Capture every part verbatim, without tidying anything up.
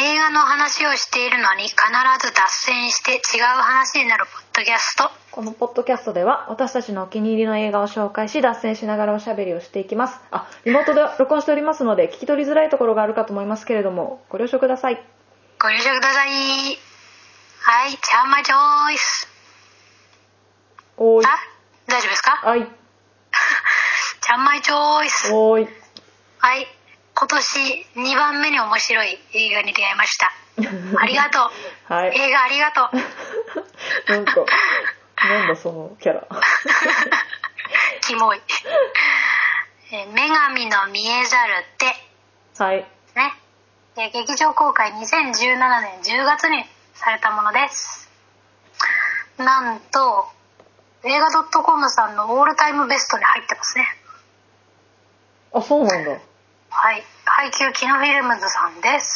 映画の話をしているのに必ず脱線して違う話になるポッドキャスト。 このポッドキャストでは私たちのお気に入りの映画を紹介し、脱線しながらおしゃべりをしていきます。あ、リモートで録音しておりますので聞き取りづらいところがあるかと思いますけれども、ご了承ください。 ご了承ください。はい、チャンマイチョイス。 おーい。 あ、大丈夫ですか？ はい。 チャンマイチョイス。 おーい。 はい、今年にばんめに面白い映画に出会いました。ありがとう。 はい。 映画ありがとう。なんか、なんだそのキャラ。 キモい。え女神の見えざる手。 はい。 ね。え劇場公開にせんじゅうななねんじゅうがつにされたものです。なんと映画 .com さんのオールタイムベストに入ってますね。あ、 そうなんだ。 はい、配給キノフィルムズさんです。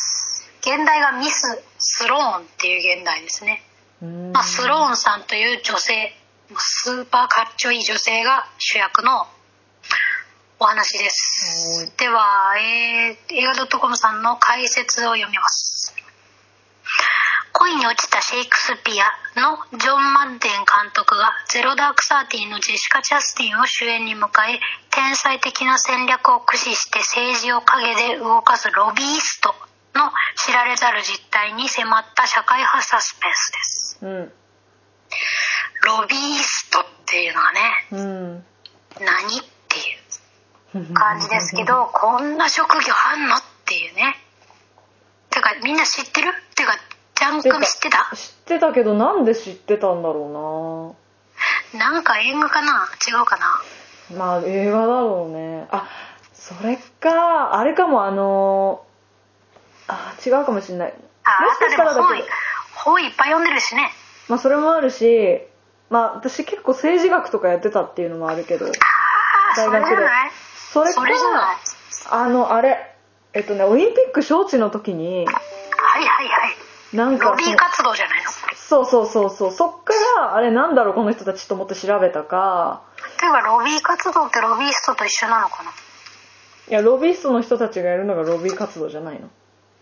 現代がミス・スローンっていう現代ですね。まあ、スローンさんという女性、スーパーかっちょいい女性が主役のお話です。では、えー、映画 .com さんの解説を読みます。恋に落ちたシェイクスピアのジョン・マッデン監督がゼロダークサーティーのジェシカ・チャスティンを主演に迎え、天才的な戦略を駆使して政治を陰で動かすロビーストの知られざる実態に迫った社会派サスペンスです、うん、ロビーストっていうのはね、うん、何っていう感じですけどこんな職業あんのっていうね。てかみんな知ってる？てかジャン君知ってた？ 知ってたけどなんで知ってたんだろうな。なんか映画かな？違うかな？ まあ映画だろうね。あ、それかあれかも、あのあ違うかもしれない。 あもしかしたらだけど本い、本いっぱい読んでるしね。 まあそれもあるし、まあ私結構政治学とかやってたっていうのもあるけど、 あ大学でそれじゃない？それかそれじゃない？あのあれえっとねオリンピック招致の時に、 はいはいはい、なんかロビー活動じゃないの？ そうそうそうそう、そっからあれなんだろうこの人たちと思って調べたか。 ていうかロビー活動ってロビーストと一緒なのかな？ いやロビーストの人たちがやるのがロビー活動じゃないの？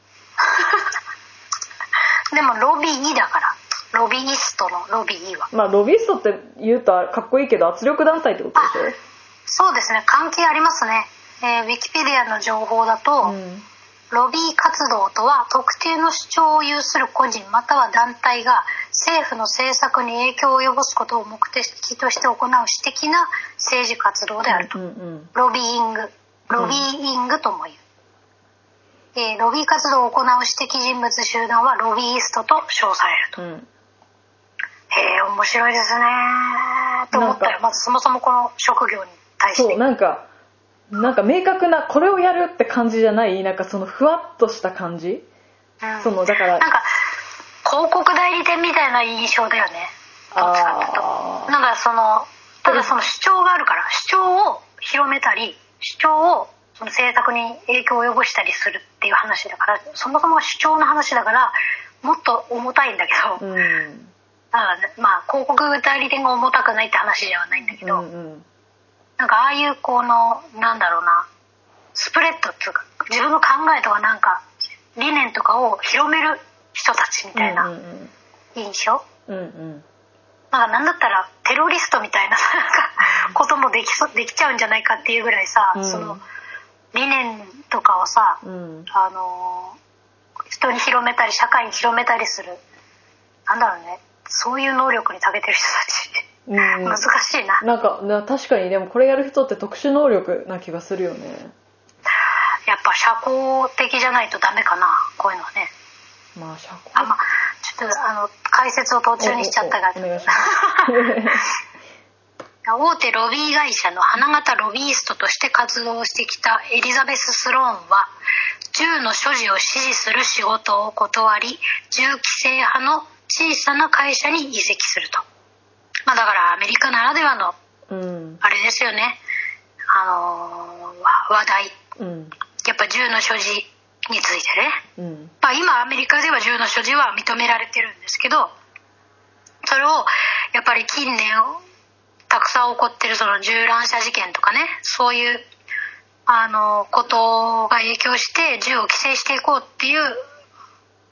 でもロビーだからロビーストのロビーは、 まあロビーストって言うとかっこいいけど圧力団体ってことでしょ？ そうですね、関係ありますね。えー、ウィキペディアの情報だと、うん、ロビー活動とは特定の主張を有する個人または団体が政府の政策に影響を及ぼすことを目的として行う私的な政治活動であると、うんうんうん、ロビーイングロビーイングとも言う、うんえー、ロビー活動を行う私的人物集団はロビーストと称されると、うん、へえ面白いですねと思ったよ。まずそもそもこの職業に対してそうなんかなんか明確なこれをやるって感じじゃない、なんかそのふわっとした感じ、うん、そのだからなんか広告代理店みたいな印象だよね。どっちかっていうとなんかそのただその主張があるから主張を広めたり主張をその政策に影響を及ぼしたりするっていう話だから、そもそも主張の話だからもっと重たいんだけど、うん、だから、ね、まあ広告代理店が重たくないって話ではないんだけど、うんうんなんかああいうこのなんだろうなスプレッドっていうか自分の考えとかなんか理念とかを広める人たちみたいな印象、うんうん、なんかなんだったらテロリストみたいななんかこともできそできちゃうんじゃないかっていうぐらいさ、うん、その理念とかをさ、うん、あの人に広めたり社会に広めたりするなんだろうねそういう能力に長けてる人たちうん、難しいな。 なんかな確かにでもこれやる人って特殊能力な気がするよね。 やっぱ社交的じゃないとダメかなこういうのはね。 まあ社交あ、まあ、ちょっとあの解説を途中にしちゃったがおお願いします大手ロビー会社の花形ロビーストとして活動してきたエリザベス・スローンは銃の所持を支持する仕事を断り銃規制派の小さな会社に移籍すると。まあ、だからアメリカならではのあれですよね、うん、あのー、話題、うん、やっぱ銃の所持についてね、うんまあ、今アメリカでは銃の所持は認められてるんですけどそれをやっぱり近年たくさん起こってるその銃乱射事件とかねそういうあのことが影響して銃を規制していこうっていう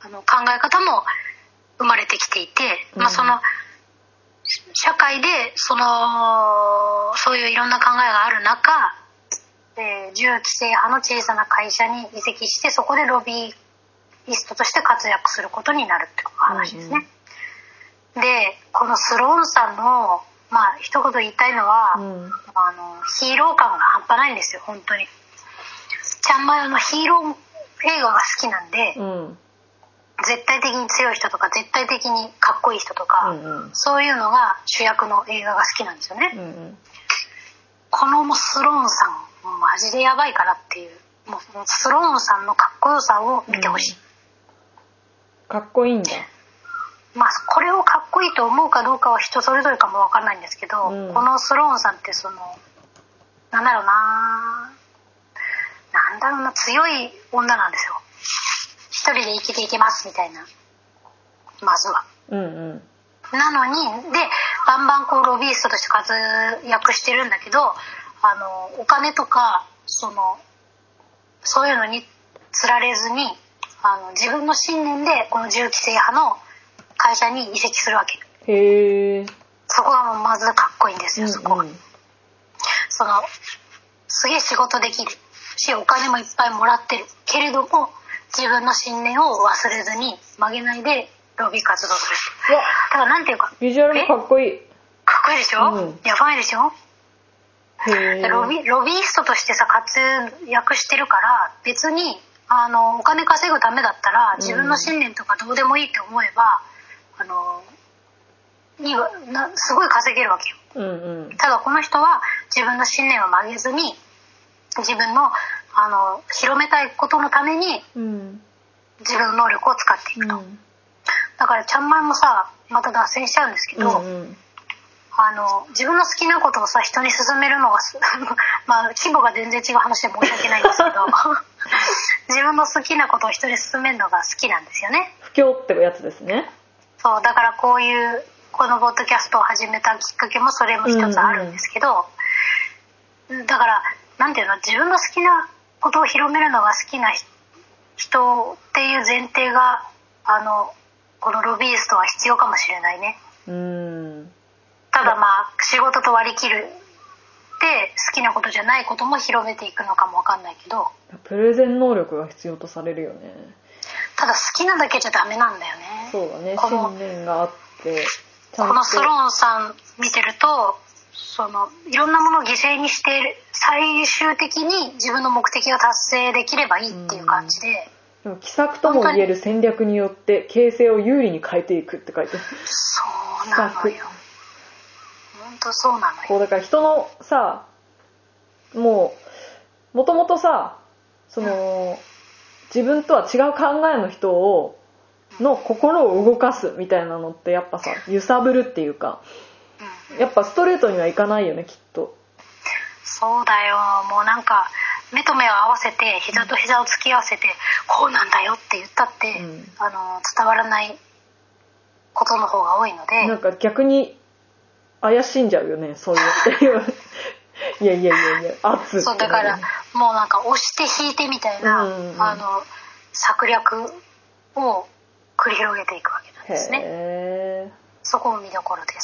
あの考え方も生まれてきていて、まあ、その社会でそのそういういろんな考えがある中、えー、銃規制派の小さな会社に移籍して、そこでロビーリストとして活躍することになるって話ですね、うんうん、でこのスローンさんのまあ一言言いたいのは、うん、あのヒーロー感が半端ないんですよ本当に。ちゃんまいのヒーロー映画が好きなんで、うん、絶対的に強い人とか絶対的にかっこいい人とか、うんうん、そういうのが主役の映画が好きなんですよね、うんうん、このもスローンさんマジでやばいからっていう、もうスローンさんのかっこよさを見てほしい、うん、 かっこいいんだ。 まあこれをかっこいいと思うかどうかは人それぞれかも分かんないんですけど、うん、このスローンさんってそのなんだろうななんだろうな強い女なんですよ。一人で生きていけますみたいな、まずは、うんうん、なのにでバンバンこうロビーストとして活躍してるんだけど、あのお金とかそのそういうのにつられずに、あの自分の信念でこの銃規制派の会社に移籍するわけ。 へー。 そこがもうまずかっこいいんですよ、うんうん、そこが。そのすげえ仕事できるしお金もいっぱいもらってるけれども、自分の信念を忘れずに曲げないでロビー活動する。だからなんていうかビジュアルもかっこいい。 かっこいいでしょ、うん、やばいでしょ。 へロビ、ロビーストとしてさ活躍してるから、別にあのお金稼ぐためだったら自分の信念とかどうでもいいって思えば、うん、あのいいなすごい稼げるわけよ、うんうん、ただこの人は自分の信念を曲げずに自分のあの広めたいことのために自分の能力を使っていくと、うん、だからちゃんまいもさまた脱線しちゃうんですけど、うんうん、あの自分の好きなことをさ人に勧めるのがまあ規模が全然違う話で申し訳ないんですけど自分の好きなことを人に勧めるのが好きなんですよね。 布教ってやつですね。 そうだからこういうこのポッドキャストを始めたきっかけもそれも一つあるんですけど、うんうん、だからなんていうの、自分の好きなことを広めるのが好きな人っていう前提があのこのロビーストは必要かもしれないね。うーん、ただまあ仕事と割り切るで好きなことじゃないことも広めていくのかも分かんないけど、 プレゼン能力が必要とされるよね。 ただ好きなだけじゃダメなんだよね。 そうだね、信念があってちゃんと。このスローンさん見てるとそのいろんなものを犠牲にして最終的に自分の目的が達成できればいいっていう感じで、 でも奇策とも言える戦略によって形勢を有利に変えていくって書いてある。 そうなのよ、本当そうなのよ。 こうだから人のさもうもともとさその、うん、自分とは違う考えの人をの心を動かすみたいなのってやっぱさ揺さぶるっていうか、やっぱストレートにはいかないよねきっと。 そうだよ、もうなんか目と目を合わせて膝と膝を突き合わせて、うん、こうなんだよって言ったって、うん、あの伝わらないことの方が多いので、 なんか逆に怪しんじゃうよねそういうっていういやいやいやいや圧って、ね、 そうだからもうなんか押して引いてみたいな、うんうん、あの策略を繰り広げていくわけなんですね。へー、そこも見どころです、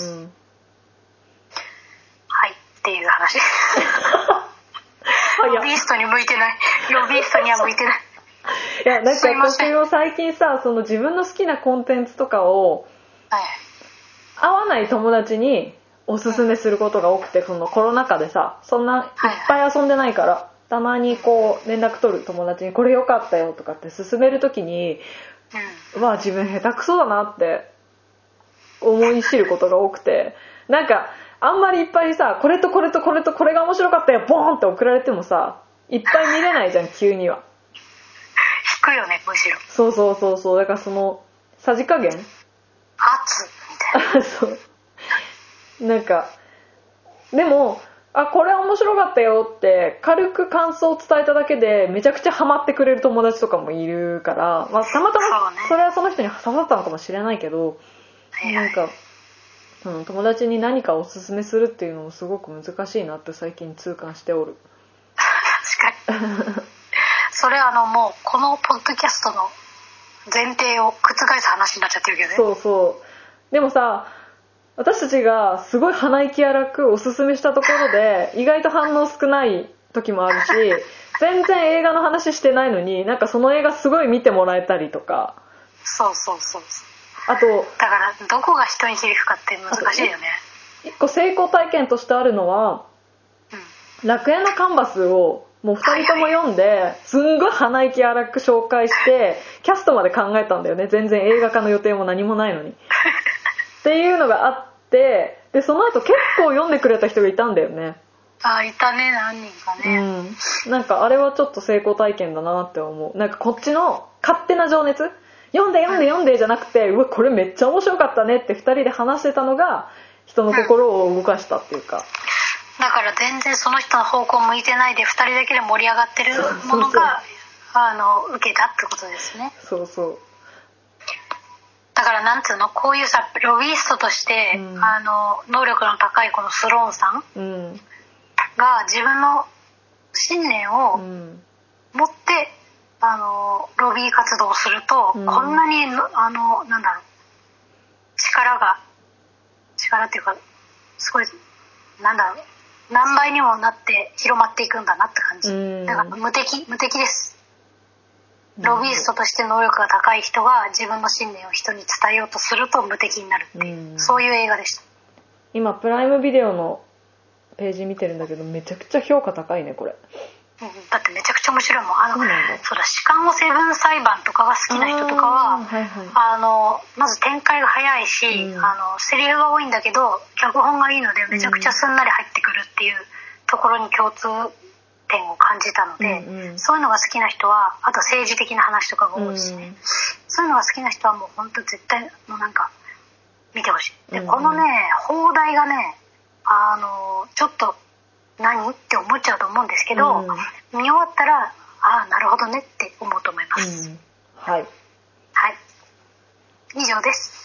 うんうん、はいっていう話ロビーストに向いてないロビーストには向いてないいやなんか私も最近さその自分の好きなコンテンツとかを、はい、合わない友達におすすめすることが多くて、そのコロナ禍でさそんないっぱい遊んでないから、はいはい、たまにこう連絡取る友達にこれ良かったよとかって勧めるときに、うん、わあ自分下手くそだなって思い知ることが多くて、なんかあんまりいっぱいさこれとこれとこれとこれが面白かったよボーンって送られてもさいっぱい見れないじゃん急には。 引くよねむしろ。 そうそうそうそう、だからそのさじ加減圧みたいなそうなんかでもあこれは面白かったよって軽く感想を伝えただけでめちゃくちゃハマってくれる友達とかもいるから、まあ、たまたまそれはその人に刺さったのかもしれないけど、ね、なんか、うん、友達に何かをおすすめするっていうのもすごく難しいなって最近痛感しておる。 確かにそれあのもうこのポッドキャストの前提を覆す話になっちゃってるけどね。 そうそう。でもさ、私たちがすごい鼻息荒くおすすめしたところで意外と反応少ない時もあるし、全然映画の話してないのになんかその映画すごい見てもらえたりとか。 そうそうそう。 あとだからどこが人に響くかって難しいよね。 一個成功体験としてあるのは、うん、楽園のカンバスをもうふたりとも読んですんごい鼻息荒く紹介してキャストまで考えたんだよね。全然映画化の予定も何もないのにっていうのがあって、でその後結構読んでくれた人がいたんだよね。 あ、いたね、何人かね。 うん、なんかあれはちょっと成功体験だなって思う。なんかこっちの勝手な情熱、読んで読んで読んでじゃなくて、うわこれめっちゃ面白かったねってふたりで話してたのが人の心を動かしたっていうか、うん、 だから全然その人の方向向いてないでふたりだけで盛り上がってるものがあの受けたってことですね。 そうそう。 だからなんつうの、こういうさロビーストとして、うん、あの能力の高いこのスローンさん、うん、が自分の信念を持って、うん、あのロビー活動をすると、うん、こんなにあのなんだろう力が力っていうかすごいなんだろう何倍にもなって広まっていくんだなって感じ。うん、だから無敵無敵です。ロビーストとして能力が高い人が自分の信念を人に伝えようとすると無敵になるっていう、うん、そういう映画でした。 今プライムビデオのページ見てるんだけどめちゃくちゃ評価高いねこれ。 うん、だってめちゃくちゃ面白いもん。あのそうなんだ。そうだ、シカゴセブン裁判とかが好きな人とかは あ、はいはい、あのまず展開が早いし、うん、あのセリフが多いんだけど脚本がいいのでめちゃくちゃすんなり入ってくるっていうところに共通点を感じたので、うんうん、そういうのが好きな人は、あと政治的な話とかが多いしね、うん、そういうのが好きな人はもう本当絶対もうなんか見てほしい。で、うんうん、このね放題がねあのちょっと何って思っちゃうと思うんですけど、うん、見終わったらああなるほどねって思うと思います、うん、はいはい以上です。